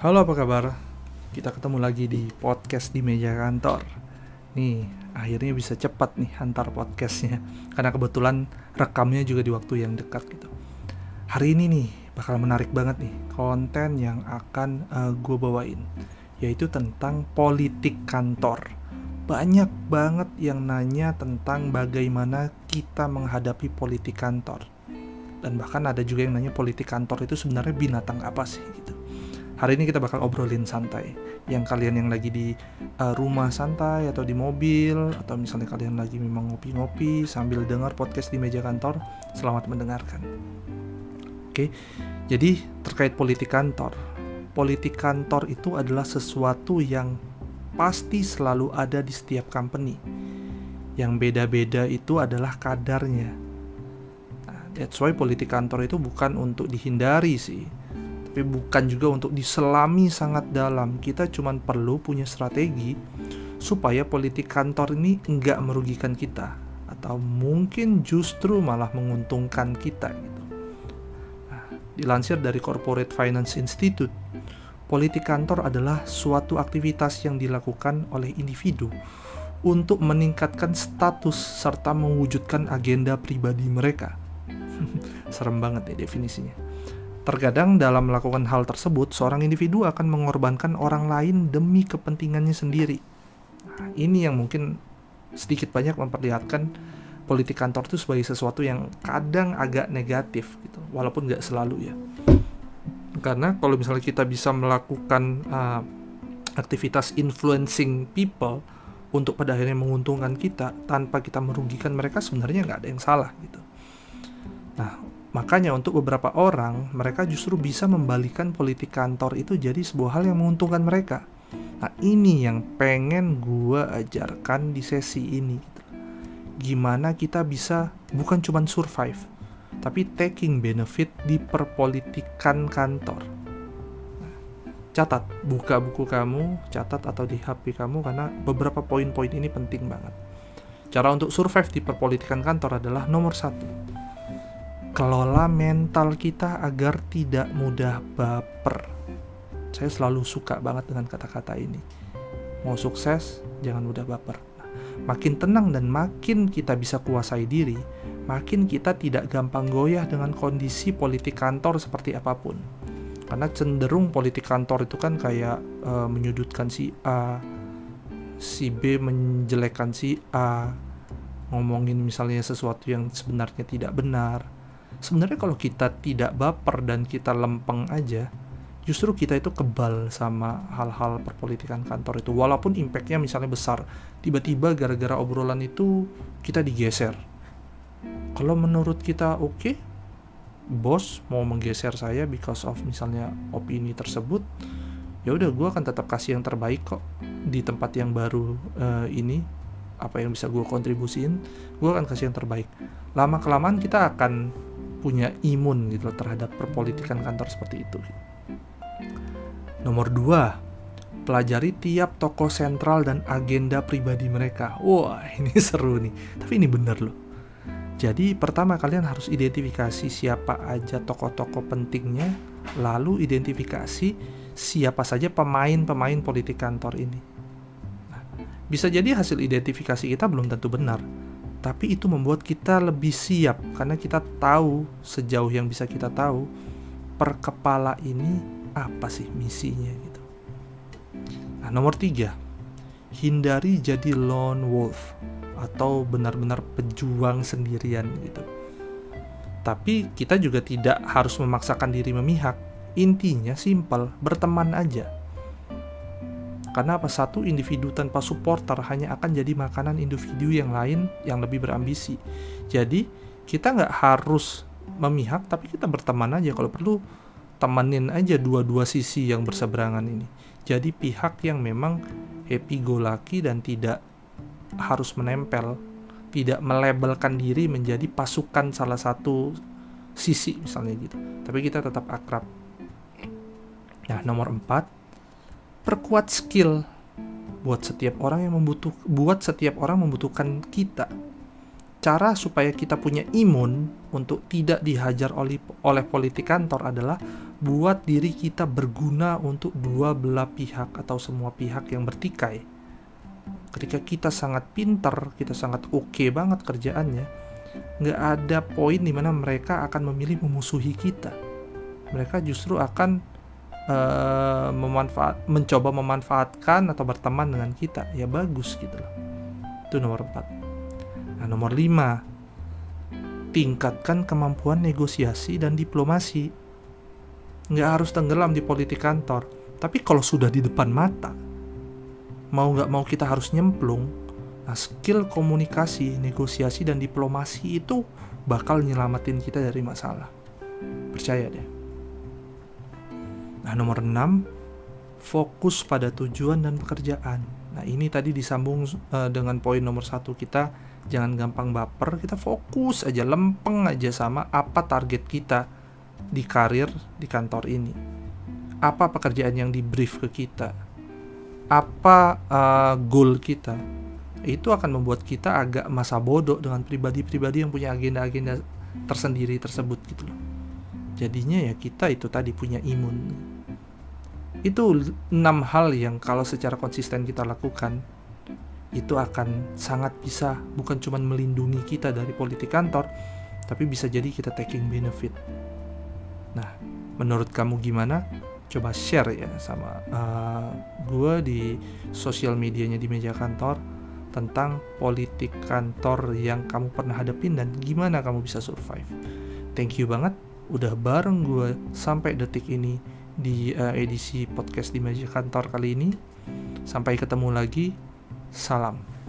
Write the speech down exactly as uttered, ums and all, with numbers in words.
Halo, apa kabar? Kita ketemu lagi di podcast di meja kantor. Nih, akhirnya bisa cepat nih antar podcastnya, karena kebetulan rekamnya juga di waktu yang dekat gitu. Hari ini nih bakal menarik banget nih konten yang akan uh, gue bawain, yaitu tentang politik kantor. Banyak banget yang nanya tentang bagaimana kita menghadapi politik kantor. Dan bahkan ada juga yang nanya politik kantor itu sebenarnya binatang apa sih gitu. Hari ini kita bakal obrolin santai. Yang kalian yang lagi di uh, rumah santai atau di mobil, atau misalnya kalian lagi memang ngopi-ngopi sambil dengar podcast di meja kantor, selamat mendengarkan. Oke, jadi terkait politik kantor. Politik kantor itu adalah sesuatu yang pasti selalu ada di setiap company. Yang beda-beda itu adalah kadarnya. Nah, that's why politik kantor itu bukan untuk dihindari sih, tapi bukan juga untuk diselami sangat dalam. Kita cuma perlu punya strategi supaya politik kantor ini enggak merugikan kita, atau mungkin justru malah menguntungkan kita gitu. Nah, dilansir dari Corporate Finance Institute, politik kantor adalah suatu aktivitas yang dilakukan oleh individu untuk meningkatkan status serta mewujudkan agenda pribadi mereka. Serem banget ya definisinya. Terkadang dalam melakukan hal tersebut, seorang individu akan mengorbankan orang lain demi kepentingannya sendiri. Nah, ini yang mungkin sedikit banyak memperlihatkan politik kantor itu sebagai sesuatu yang kadang agak negatif gitu, walaupun nggak selalu ya. Karena kalau misalnya kita bisa melakukan uh, aktivitas influencing people untuk pada akhirnya menguntungkan kita tanpa kita merugikan mereka, sebenarnya nggak ada yang salah gitu. Nah, makanya untuk beberapa orang, mereka justru bisa membalikan politik kantor itu jadi sebuah hal yang menguntungkan mereka. Nah, ini yang pengen gue ajarkan di sesi ini gitu. Gimana kita bisa bukan cuma survive, tapi taking benefit di perpolitikan kantor. Nah, catat, buka buku kamu, catat atau di H P kamu, karena beberapa poin-poin ini penting banget. Cara untuk survive di perpolitikan kantor adalah nomor satu, kelola mental kita agar tidak mudah baper. Saya selalu suka banget dengan kata-kata ini. Mau sukses, jangan mudah baper. Nah, makin tenang dan makin kita bisa kuasai diri, makin kita tidak gampang goyah dengan kondisi politik kantor seperti apapun. Karena cenderung politik kantor itu kan kayak uh, menyudutkan si A, si B menjelekkan si A, ngomongin misalnya sesuatu yang sebenarnya tidak benar. Sebenarnya kalau kita tidak baper dan kita lempeng aja, justru kita itu kebal sama hal-hal perpolitikan kantor itu. Walaupun impact-nya misalnya besar, tiba-tiba gara-gara obrolan itu kita digeser. Kalau menurut kita oke, okay, bos mau menggeser saya because of misalnya opini tersebut, ya udah, gue akan tetap kasih yang terbaik kok di tempat yang baru uh, ini. Apa yang bisa gue kontribusiin, gue akan kasih yang terbaik. Lama kelamaan kita akan punya imun gitu terhadap perpolitikan kantor seperti itu. Nomor dua, pelajari tiap tokoh sentral dan agenda pribadi mereka. Wah, ini seru nih. Tapi ini bener loh. Jadi pertama kalian harus identifikasi siapa aja tokoh-tokoh pentingnya, lalu identifikasi siapa saja pemain-pemain politik kantor ini. Nah, bisa jadi hasil identifikasi kita belum tentu benar, tapi itu membuat kita lebih siap karena kita tahu sejauh yang bisa kita tahu per kepala ini apa sih misinya gitu. Nah, nomor tiga, hindari jadi lone wolf atau benar-benar pejuang sendirian gitu. Tapi kita juga tidak harus memaksakan diri memihak. Intinya simpel, berteman aja. Karena apa? Satu individu tanpa supporter hanya akan jadi makanan individu yang lain yang lebih berambisi. Jadi kita nggak harus memihak, tapi kita berteman aja. Kalau perlu temenin aja dua-dua sisi yang berseberangan ini. Jadi pihak yang memang happy go lucky dan tidak harus menempel, tidak melabelkan diri menjadi pasukan salah satu sisi misalnya gitu. Tapi kita tetap akrab. Nah, nomor empat, perkuat skill. Buat setiap orang yang membutuh, buat setiap orang membutuhkan kita. cara supaya kita punya imun untuk tidak dihajar oleh, oleh politik kantor adalah buat diri kita berguna untuk dua belah pihak atau semua pihak yang bertikai. Ketika kita sangat pintar, kita sangat oke okay banget kerjaannya, nggak ada poin dimana mereka akan memilih memusuhi kita. Mereka justru akan uh, memanfaat, mencoba memanfaatkan atau berteman dengan kita. Ya bagus gitu loh. Itu nomor empat. Nah, nomor lima, tingkatkan kemampuan negosiasi dan diplomasi. Nggak harus tenggelam di politik kantor, tapi kalau sudah di depan mata, mau nggak mau kita harus nyemplung. Nah, skill komunikasi, negosiasi, dan diplomasi itu bakal nyelamatin kita dari masalah. Percaya deh. Nah, nomor enam, fokus pada tujuan dan pekerjaan. Nah, ini tadi disambung uh, dengan poin nomor satu kita. Jangan gampang baper, kita fokus aja, lempeng aja sama apa target kita di karir di kantor ini. Apa pekerjaan yang di brief ke kita, apa uh, goal kita. Itu akan membuat kita agak masa bodoh dengan pribadi-pribadi yang punya agenda-agenda tersendiri tersebut gitu loh. Jadinya ya kita itu tadi punya imun. Itu enam hal yang kalau secara konsisten kita lakukan, itu akan sangat bisa bukan cuma melindungi kita dari politik kantor, tapi bisa jadi kita taking benefit. Nah, menurut kamu gimana? Coba share ya sama uh, gue di sosial medianya di Meja Kantor tentang politik kantor yang kamu pernah hadapin dan gimana kamu bisa survive. Thank you banget udah bareng gue sampai detik ini di uh, edisi podcast di Meja Kantor kali ini. Sampai ketemu lagi. Salam.